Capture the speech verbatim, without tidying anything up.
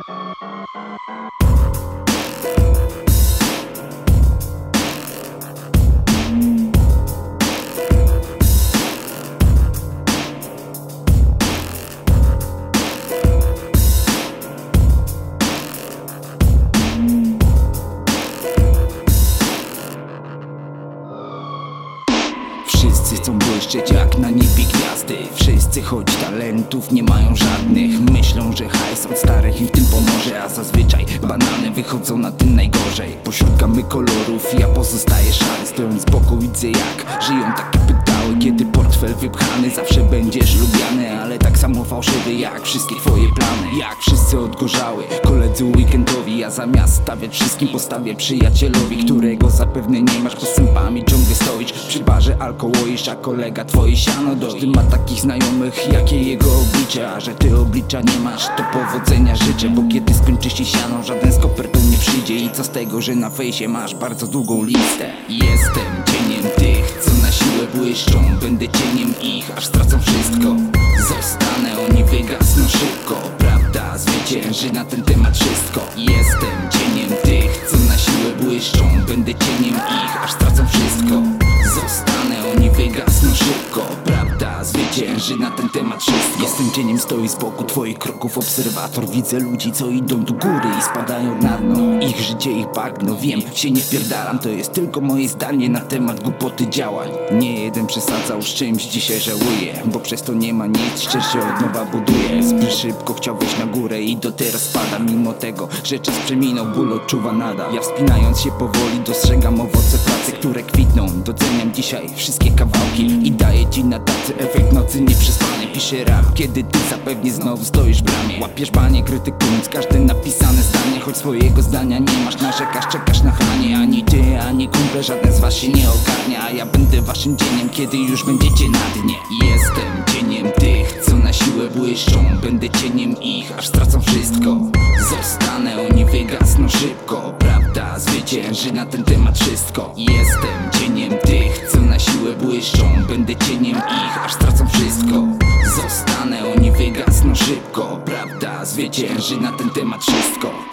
Wszyscy chcą błyszczeć jak na niebie gwiazdy. Wszyscy, choć talentów nie mają żadnych, myślą, że hajs od starych im w tym pomoże. A zazwyczaj banany wychodzą na tym najgorzej. Pośród gamy kolorów ja pozostaję szary. Stojąc z boku widzę jak żyją takie pytały. Kiedy portfel wypchany, zawsze będziesz lubiany, ale tak samo fałszywy jak wszystkie twoje plany. Jak wszyscy odgorzały koledzy weekendowi, ja zamiast stawiać wszystkim postawię przyjacielowi, którego zapewne nie masz, bo z sępami ciągle stoisz przy barze alkołoisz, a kolega twoje siano dość. Ma takich znajomych, jakie jego oblicze, a że ty oblicza nie masz, to powodzenia życzę, bo kiedy skończy się siano, żaden z kopertą nie przyjdzie. I co z tego, że na fejsie masz bardzo długą listę? Jestem cieniem tych, co na siłę błyszczą, będę cieniem ich, aż stracą wszystko. Zostanę, oni wygasną szybko, prawda zwycięży na ten temat wszystko. Jestem cieniem tych, co na siłę błyszczą, będę cieniem ich, aż stracą wszystko. Zostanę, oni wygasną szybko, prawda zwycięży na ten temat wszystko. Jestem cieniem, stoi z boku twoich kroków obserwator. Widzę ludzi, co idą do góry i spadają na dno. Ich życie, ich bagno, wiem, się nie wpierdalam. To jest tylko moje zdanie na temat głupoty działań. Nie jeden przesadzał z czymś, dzisiaj żałuję, bo przez to nie ma nic, szczerze od nowa buduję. Zbyt szybko chciał wejść na górę i do teraz spada. Mimo tego, że czas przeminął, ból odczuwa nadal. Ja wspinając się powoli dostrzegam owoce pracy, które kwitną. Doceniam dzisiaj wszystkie kawałki i daję ci na tacy efekt nocy nieprzespanej. Piszę rap, kiedy ty zapewnie znowu stoisz w bramie. Łapiesz banie, krytykując każde napisane zdanie, choć swojego zdania nie masz, narzekasz, czekasz na chranie. Ani ty, ani kumple, żaden z was się nie ogarnia, a ja będę waszym cieniem, kiedy już będziecie na dnie. Jestem cieniem tych, co na siłę błyszczą, będę cieniem ich, aż stracą wszystko. Zostanę, oni wygasną szybko, prawda zwycięży na ten temat wszystko. Jestem cieniem tych, co na siłę błyszczą, będę cieniem ich, aż stracą wszystko. Zostanę, oni wygasną szybko, prawda zwycięży na ten temat wszystko.